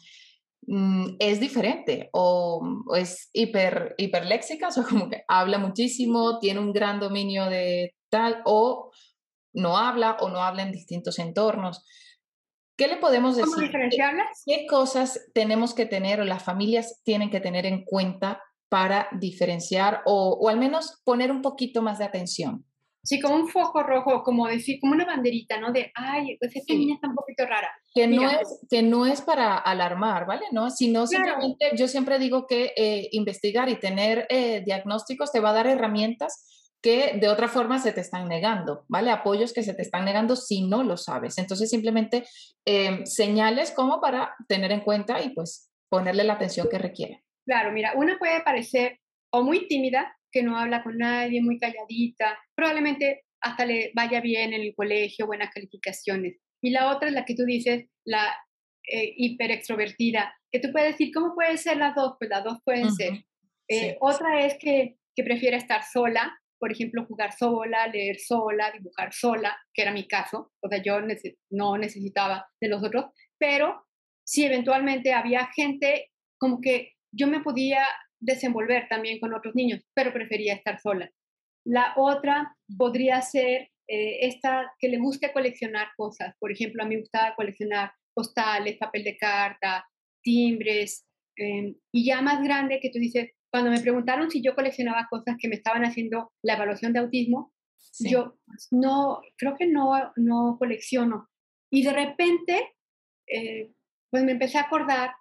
es diferente o, o es hiper, hiperléxica, o sea, como que habla muchísimo, tiene un gran dominio de tal, o no habla o no habla en distintos entornos. ¿Qué le podemos decir? ¿Cómo diferenciarlas? ¿Qué, qué cosas tenemos que tener o las familias tienen que tener en cuenta para diferenciar o, o al menos poner un poquito más de atención? Sí, como un foco rojo, como decir, como una banderita, ¿no? De, ay, pues esta Sí. niña está un poquito rara. Que no, Mira, es, que no es para alarmar, ¿vale? No, sino claro, simplemente, yo siempre digo que eh, investigar y tener eh, diagnósticos te va a dar herramientas que de otra forma se te están negando, ¿vale? Apoyos que se te están negando si no lo sabes. Entonces, simplemente eh, señales como para tener en cuenta y pues ponerle la atención que requiere. claro, mira, una puede parecer o muy tímida, que no habla con nadie, muy calladita, probablemente hasta le vaya bien en el colegio, buenas calificaciones. Y la otra es la que tú dices, la eh, hiperextrovertida, que tú puedes decir, ¿cómo pueden ser las dos? Pues las dos pueden Uh-huh. ser. Eh, Sí. otra es que, que prefiere estar sola, por ejemplo, jugar sola, leer sola, dibujar sola, que era mi caso. O sea, yo nece- no necesitaba de los otros, pero sí, eventualmente había gente como que yo me podía desenvolver también con otros niños, pero prefería estar sola. La otra podría ser eh, esta que le guste coleccionar cosas. Por ejemplo, a mí me gustaba coleccionar postales, papel de carta, timbres, eh, y ya más grande que tú dices, cuando me preguntaron si yo coleccionaba cosas que me estaban haciendo la evaluación de autismo, Sí. yo pues, no, creo que no, no colecciono. Y de repente, eh, pues me empecé a acordar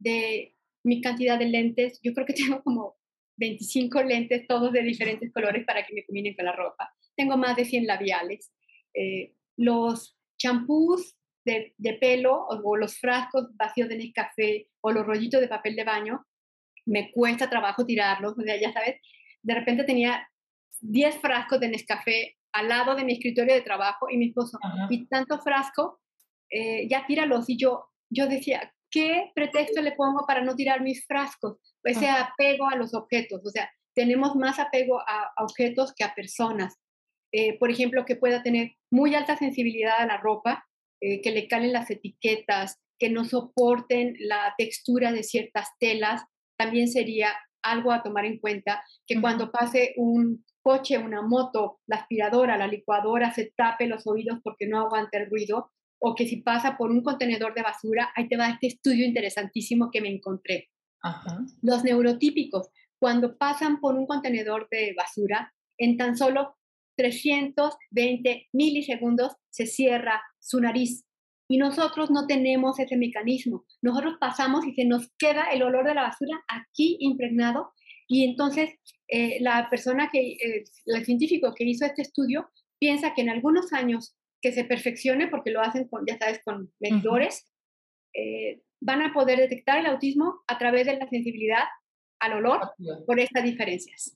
de mi cantidad de lentes. Yo creo que tengo como veinticinco lentes, todos de diferentes colores para que me combinen con la ropa. Tengo más de cien labiales. Eh, los champús de, de pelo o, o los frascos vacíos de Nescafé o los rollitos de papel de baño, me cuesta trabajo tirarlos. O sea, ya sabes, de repente tenía diez frascos de Nescafé al lado de mi escritorio de trabajo y mi esposo, Ajá. y tanto frasco, eh, ya tíralos. Y yo, yo decía, ¿qué pretexto le pongo para no tirar mis frascos? Ese apego a los objetos, o sea, tenemos más apego a, a objetos que a personas. Eh, por ejemplo, que pueda tener muy alta sensibilidad a la ropa, eh, que le calen las etiquetas, que no soporten la textura de ciertas telas, también sería algo a tomar en cuenta, que Ujú. cuando pase un coche, una moto, la aspiradora, la licuadora, se tape los oídos porque no aguanta el ruido, o que si pasa por un contenedor de basura, ahí te va este estudio interesantísimo que me encontré. Ajá. Los neurotípicos, cuando pasan por un contenedor de basura, en tan solo trescientos veinte milisegundos se cierra su nariz. Y nosotros no tenemos ese mecanismo. Nosotros pasamos y se nos queda el olor de la basura aquí impregnado. Y entonces eh, la persona que, eh, el científico que hizo este estudio, piensa que en algunos años que se perfeccione, porque lo hacen con, ya sabes, con medidores, uh-huh. eh, van a poder detectar el autismo a través de la sensibilidad al olor por estas diferencias.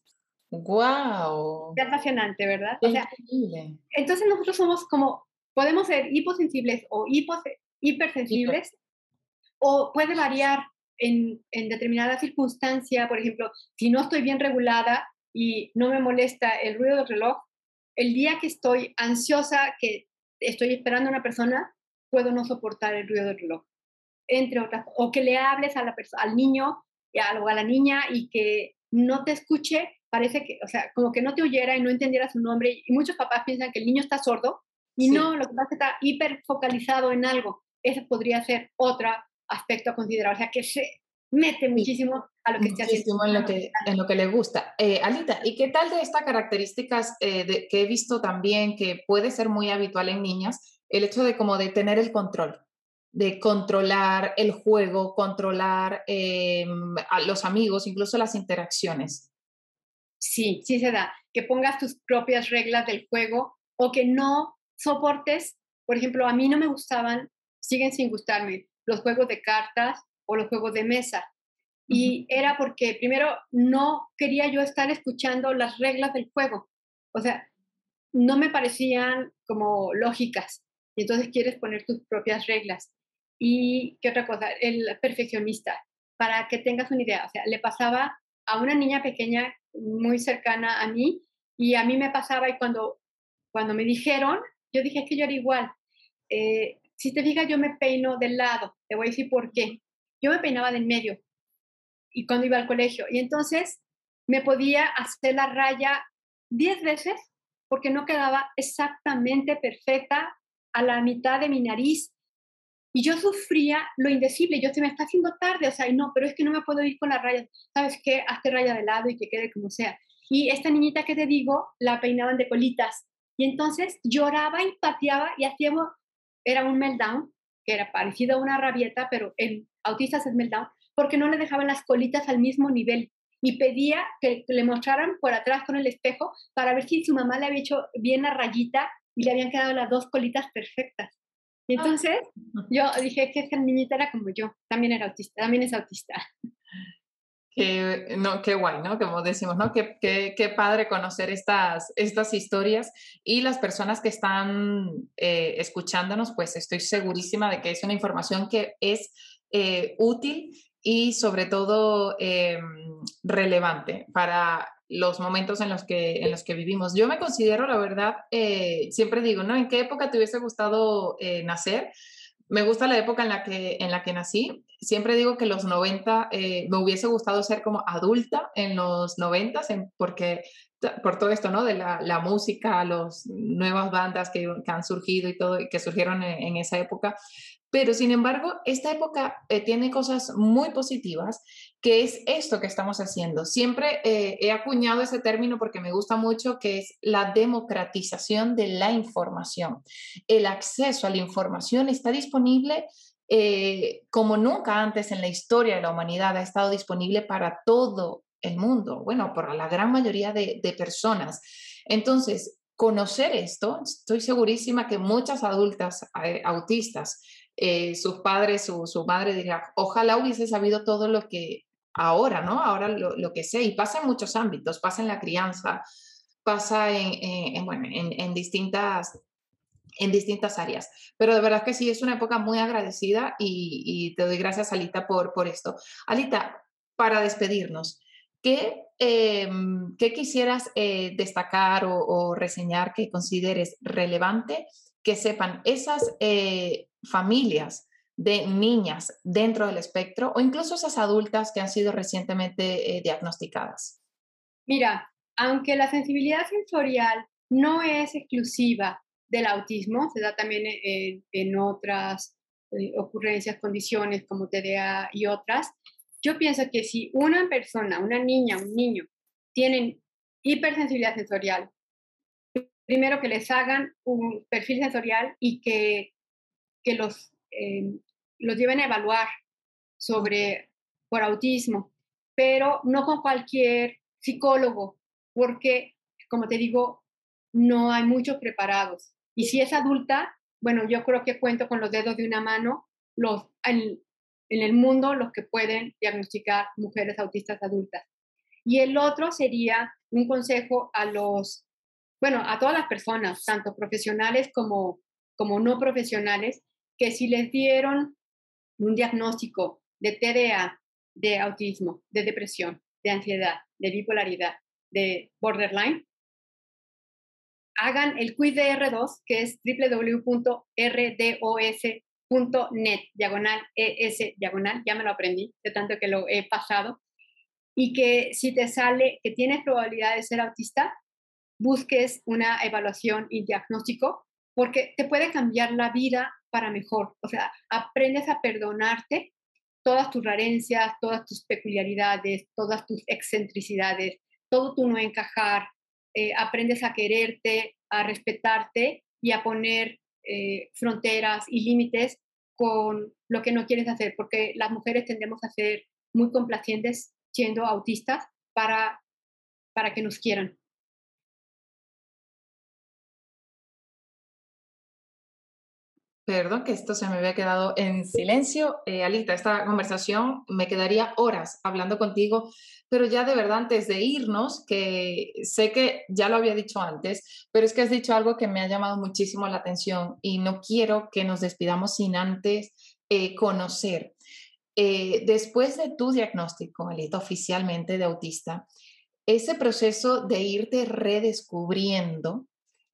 ¡Guau! Es apasionante, ¿verdad? ¡Qué o sea, increíble! Entonces nosotros somos como, podemos ser hiposensibles o hipo, hipersensibles, Hiper. O puede variar en, en determinada circunstancia. Por ejemplo, si no estoy bien regulada y no me molesta el ruido del reloj, el día que estoy ansiosa, que estoy esperando a una persona, puedo no soportar el ruido del reloj, entre otras. O que le hables a la al niño o a la niña y que no te escuche, parece que, o sea, como que no te oyera y no entendiera su nombre. Y muchos papás piensan que el niño está sordo y sí. No, lo que pasa es que está hiperfocalizado en algo. Ese podría ser otro aspecto a considerar. O sea, que se mete muchísimo sí. a lo que esté haciendo. Muchísimo en lo que, en lo que le gusta. Eh, Alita, ¿y qué tal de estas características eh, de, que he visto también que puede ser muy habitual en niñas? El hecho de como de tener el control. de controlar el juego, controlar eh, a los amigos, incluso las interacciones. Sí, sí se da. Que pongas tus propias reglas del juego o que no soportes. Por ejemplo, a mí no me gustaban, siguen sin gustarme, los juegos de cartas o los juegos de mesa. Y era porque primero no quería yo estar escuchando las reglas del juego. O sea, no me parecían como lógicas. Y entonces quieres poner tus propias reglas. Y qué otra cosa, el perfeccionista, para que tengas una idea. O sea, le pasaba a una niña pequeña muy cercana a mí y a mí me pasaba y cuando, cuando me dijeron, yo dije que yo era igual. Eh, si te fijas, yo me peino del lado. Te voy a decir por qué. Yo me peinaba del medio y cuando iba al colegio. Y entonces me podía hacer la raya diez veces porque no quedaba exactamente perfecta a la mitad de mi nariz. Y yo sufría lo indecible. Yo, se me está haciendo tarde, o sea, y no, pero es que no me puedo ir con la raya. ¿Sabes qué? Hazte raya de lado y que quede como sea. Y esta niñita que te digo, la peinaban de colitas. Y entonces lloraba y pateaba y hacíamos, era un meltdown, que era parecido a una rabieta, pero en autistas es meltdown, porque no le dejaban las colitas al mismo nivel. Y pedía que le mostraran por atrás con el espejo para ver si su mamá le había hecho bien la rayita y le habían quedado las dos colitas perfectas. Y entonces yo dije que esa niñita era como yo, también era autista, también es autista. Qué, no, qué guay, ¿no? Como decimos, ¿no? Qué, qué, qué padre conocer estas, estas historias y las personas que están eh, escuchándonos, pues estoy segurísima de que es una información que es eh, útil y sobre todo eh, relevante para los momentos en los que, en los que vivimos. Yo me considero, la verdad, eh, siempre digo, ¿no? ¿En qué época te hubiese gustado eh, nacer? Me gusta la época en la que, en la que nací. Siempre digo que los noventa eh, me hubiese gustado ser como adulta en los noventa, porque por todo esto, ¿no? De la, la música, las nuevas bandas que, que, han surgido y todo, que surgieron en, en esa época. Pero, sin embargo, esta época eh, tiene cosas muy positivas, que es esto que estamos haciendo. Siempre eh, he acuñado ese término porque me gusta mucho, que es la democratización de la información. El acceso a la información está disponible eh, como nunca antes en la historia de la humanidad, ha estado disponible para todo el mundo, bueno, para la gran mayoría de, de personas. Entonces, conocer esto, estoy segurísima que muchas adultas eh, autistas, eh, sus padres, su, su madre dirá, ojalá hubiese sabido todo lo que ahora, ¿no? Ahora lo, lo que sé, y pasa en muchos ámbitos, pasa en la crianza, pasa en, en, en bueno, en, en distintas en distintas áreas. Pero de verdad que sí, es una época muy agradecida y, y te doy gracias, Alita, por, por esto. Alita, para despedirnos, ¿qué, eh, ¿qué quisieras eh, destacar o, o reseñar que consideres relevante que sepan esas eh, familias de niñas dentro del espectro o incluso esas adultas que han sido recientemente eh, diagnosticadas? Mira, aunque la sensibilidad sensorial no es exclusiva del autismo, se da también en, en otras eh, ocurrencias, condiciones como T D A y otras. Yo pienso que si una persona, una niña, un niño, tienen hipersensibilidad sensorial, primero que les hagan un perfil sensorial y que, que los, eh, los lleven a evaluar sobre, por autismo, pero no con cualquier psicólogo, porque, como te digo, no hay muchos preparados. Y si es adulta, bueno, yo creo que cuento con los dedos de una mano los, en, en el mundo los que pueden diagnosticar mujeres autistas adultas. Y el otro sería un consejo a los, bueno, a todas las personas, tanto profesionales como, como no profesionales, que si les dieron un diagnóstico de T D A, de autismo, de depresión, de ansiedad, de bipolaridad, de borderline, hagan el quiz de R dos, que es doble u doble u doble u punto r dos punto net, diagonal E S, diagonal, ya me lo aprendí, de tanto que lo he pasado, y que si te sale que tienes probabilidad de ser autista, busques una evaluación y diagnóstico, porque te puede cambiar la vida para mejor. O sea, aprendes a perdonarte todas tus carencias, todas tus peculiaridades, todas tus excentricidades, todo tu no encajar, eh, aprendes a quererte, a respetarte y a poner eh, fronteras y límites con lo que no quieres hacer, porque las mujeres tendemos a ser muy complacientes siendo autistas para, para que nos quieran. Perdón, que esto se me había quedado en silencio. Eh, Alita, esta conversación me quedaría horas hablando contigo, pero ya de verdad antes de irnos, que sé que ya lo había dicho antes, pero es que has dicho algo que me ha llamado muchísimo la atención y no quiero que nos despidamos sin antes eh, conocer. Eh, después de tu diagnóstico, Alita, oficialmente de autista, ese proceso de irte redescubriendo,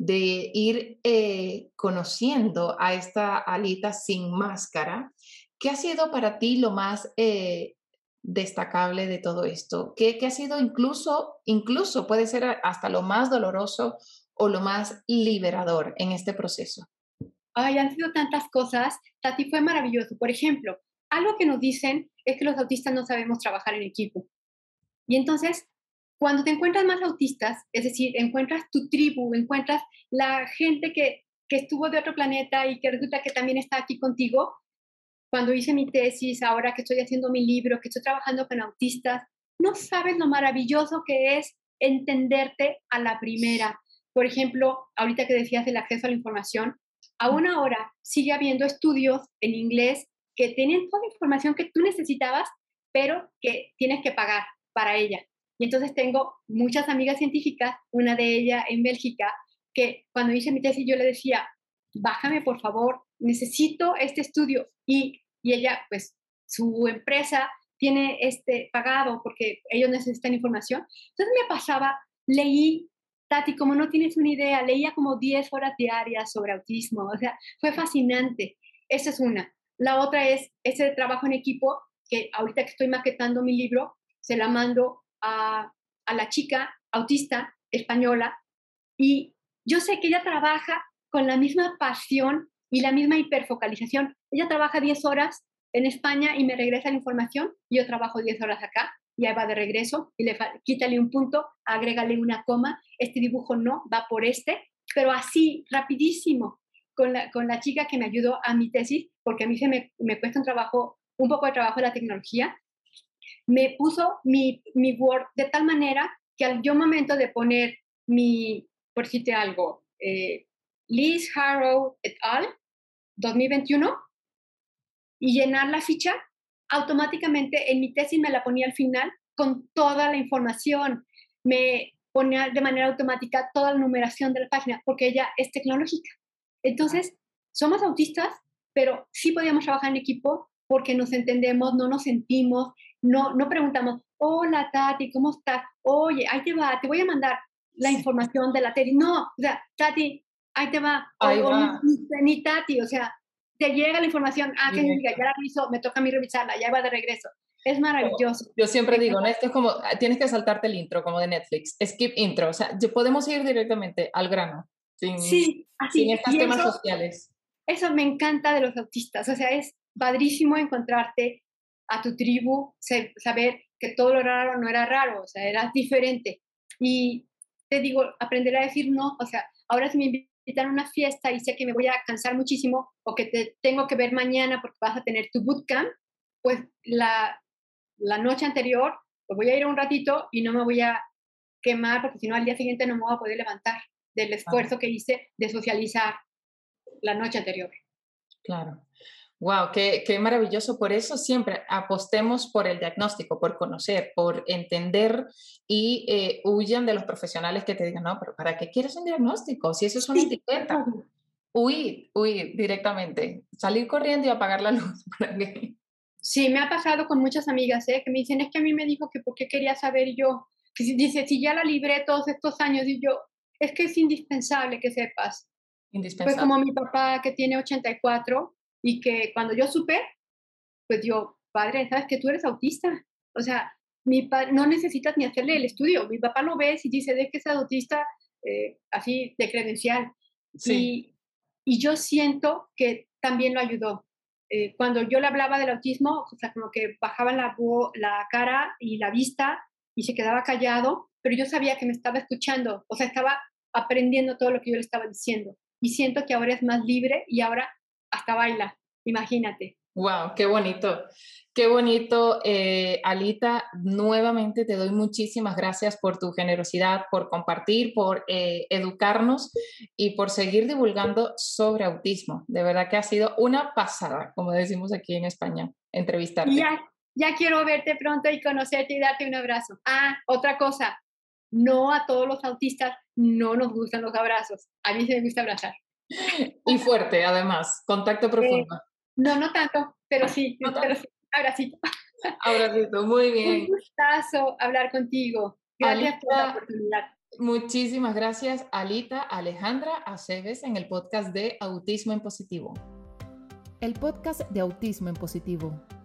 de ir eh, conociendo a esta Alita sin máscara, ¿qué ha sido para ti lo más eh, destacable de todo esto? ¿Qué, qué ha sido incluso, incluso puede ser hasta lo más doloroso o lo más liberador en este proceso? Ay, han sido tantas cosas. Tati, fue maravilloso. Por ejemplo, algo que nos dicen es que los autistas no sabemos trabajar en equipo. Y entonces, cuando te encuentras más autistas, es decir, encuentras tu tribu, encuentras la gente que, que estuvo de otro planeta y que resulta que también está aquí contigo, cuando hice mi tesis, ahora que estoy haciendo mi libro, que estoy trabajando con autistas, no sabes lo maravilloso que es entenderte a la primera. Por ejemplo, ahorita que decías del acceso a la información, aún ahora sigue habiendo estudios en inglés que tienen toda la información que tú necesitabas, pero que tienes que pagar para ella. Y entonces tengo muchas amigas científicas, una de ellas en Bélgica, que cuando hice mi tesis yo le decía, bájame por favor, necesito este estudio. Y, y ella, pues, su empresa tiene este pagado porque ellos necesitan información. Entonces me pasaba, leí, Tati, como no tienes una idea, leía como diez horas diarias sobre autismo, o sea, fue fascinante. Esa es una. La otra es ese trabajo en equipo, que ahorita que estoy maquetando mi libro, se la mando a, a la chica autista española y yo sé que ella trabaja con la misma pasión y la misma hiperfocalización. Ella trabaja diez horas en España y me regresa la información, yo trabajo diez horas acá y ahí va de regreso y le quítale un punto, agrégale una coma, este dibujo no, va por este, pero así, rapidísimo, con la, con la chica que me ayudó a mi tesis, porque a mí se me, me cuesta un trabajo, un poco de trabajo la tecnología, me puso mi, mi Word de tal manera que al yo momento de poner mi, por decirte algo, eh, Liz Harrow et al. dos mil veintiuno y llenar la ficha, automáticamente en mi tesis me la ponía al final con toda la información. Me ponía de manera automática toda la numeración de la página porque ella es tecnológica. Entonces, somos autistas, pero sí podíamos trabajar en equipo porque nos entendemos, no nos sentimos, no, no preguntamos, hola Tati, ¿cómo estás? Oye, ahí te va, te voy a mandar la información de la tesis. No, o sea, Tati, ahí te va. O, Ahí o va. ni, ni Tati, o sea, te llega la información, ah, que Directo. ya la revisó, me toca a mí revisarla, ya va de regreso. Es maravilloso. Yo siempre digo, ¿no? Esto es como, tienes que saltarte el intro, como de Netflix, skip intro, o sea, yo- podemos ir directamente al grano, sin, Sí, sin así. estos Y temas eso, sociales. eso me encanta de los autistas. O sea, es padrísimo encontrarte a tu tribu, se- saber que todo lo raro no era raro, o sea, era diferente. Y te digo, aprender a decir no, o sea, ahora si me invitan a una fiesta y sé que me voy a cansar muchísimo o que te tengo que ver mañana porque vas a tener tu bootcamp, pues la, la noche anterior, pues voy a ir un ratito y no me voy a quemar porque si no al día siguiente no me voy a poder levantar del esfuerzo que hice de socializar la noche anterior. Claro. Wow, qué, qué maravilloso. Por eso siempre apostemos por el diagnóstico, por conocer, por entender y eh, huyan de los profesionales que te digan, no, pero ¿para qué quieres un diagnóstico? Si eso es una Sí, etiqueta. Huir, huir directamente. Salir corriendo y apagar la luz. ¿Para qué? sí, me ha pasado con muchas amigas, ¿eh? Que me dicen, es que a mí me dijo que por qué quería saber y yo, que si- dice, si ya la libré todos estos años y yo, es que es indispensable que sepas. Fue Indispensable. como mi papá que tiene ochenta y cuatro y que cuando yo supe, pues yo, padre, ¿sabes que tú eres autista? O sea, mi pa no necesitas ni hacerle el estudio. Mi papá lo ve y dice, de que es autista, eh, así de credencial. Sí. Y, y yo siento que también lo ayudó. Eh, cuando yo le hablaba del autismo, o sea, como que bajaba la, vo- la cara y la vista y se quedaba callado, pero yo sabía que me estaba escuchando, o sea, estaba aprendiendo todo lo que yo le estaba diciendo. Y siento que ahora es más libre y ahora hasta baila. imagínate. Wow, qué bonito, qué bonito. Eh, Alita, nuevamente te doy muchísimas gracias por tu generosidad, por compartir, por eh, educarnos y por seguir divulgando sobre autismo. De verdad que ha sido una pasada, como decimos aquí en España, entrevistarte. Ya, ya quiero verte pronto y conocerte y darte un abrazo. Ah, otra cosa, no a todos los autistas no nos gustan los abrazos. A mí sí me gusta abrazar. Y fuerte, además, contacto profundo. Eh, no, no tanto, pero sí, No pero tanto. sí, abracito. Abracito, muy Un bien. gustazo hablar contigo. Gracias por la Alita, oportunidad. muchísimas gracias, Alita Alejandra Aceves, en el podcast de Autismo en Positivo. El podcast de Autismo en Positivo.